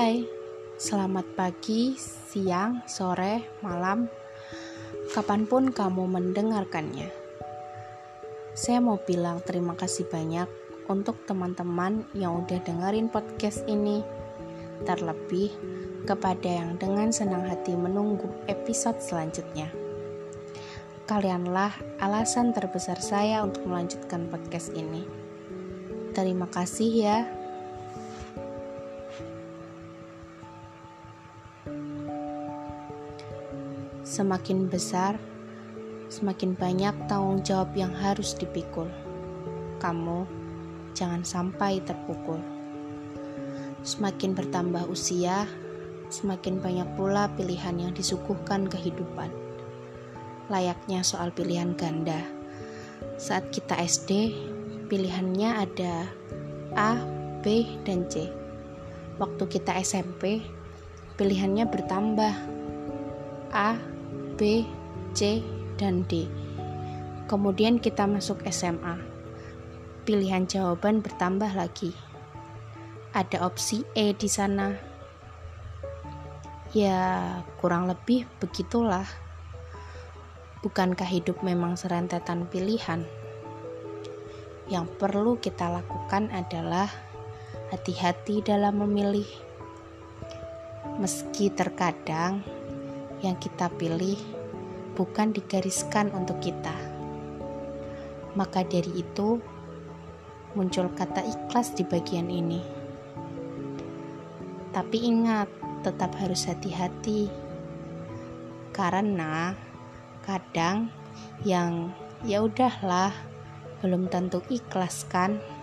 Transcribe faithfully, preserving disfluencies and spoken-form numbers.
Hai, selamat pagi, siang, sore, malam, kapanpun kamu mendengarkannya. Saya mau bilang terima kasih banyak untuk teman-teman yang udah dengerin podcast ini. Terlebih kepada yang dengan senang hati menunggu episode selanjutnya. Kalianlah alasan terbesar saya untuk melanjutkan podcast ini. Terima kasih ya. Semakin besar, semakin banyak tanggung jawab yang harus dipikul. Kamu jangan sampai terpukul. Semakin bertambah usia, semakin banyak pula pilihan yang disuguhkan kehidupan. Layaknya soal pilihan ganda. Saat kita S D, pilihannya ada A, B, dan C. Waktu kita S M P, pilihannya bertambah A, B, C, dan D. Kemudian kita masuk S M A. Pilihan jawaban bertambah lagi. Ada opsi E di sana. Ya, kurang lebih begitulah. Bukankah hidup memang serentetan pilihan? Yang perlu kita lakukan adalah hati-hati dalam memilih. Meski terkadang yang kita pilih bukan digariskan untuk kita. Maka dari itu, muncul kata ikhlas di bagian ini. Tapi ingat, tetap harus hati-hati. Karena kadang yang ya udahlah belum tentu ikhlas kan.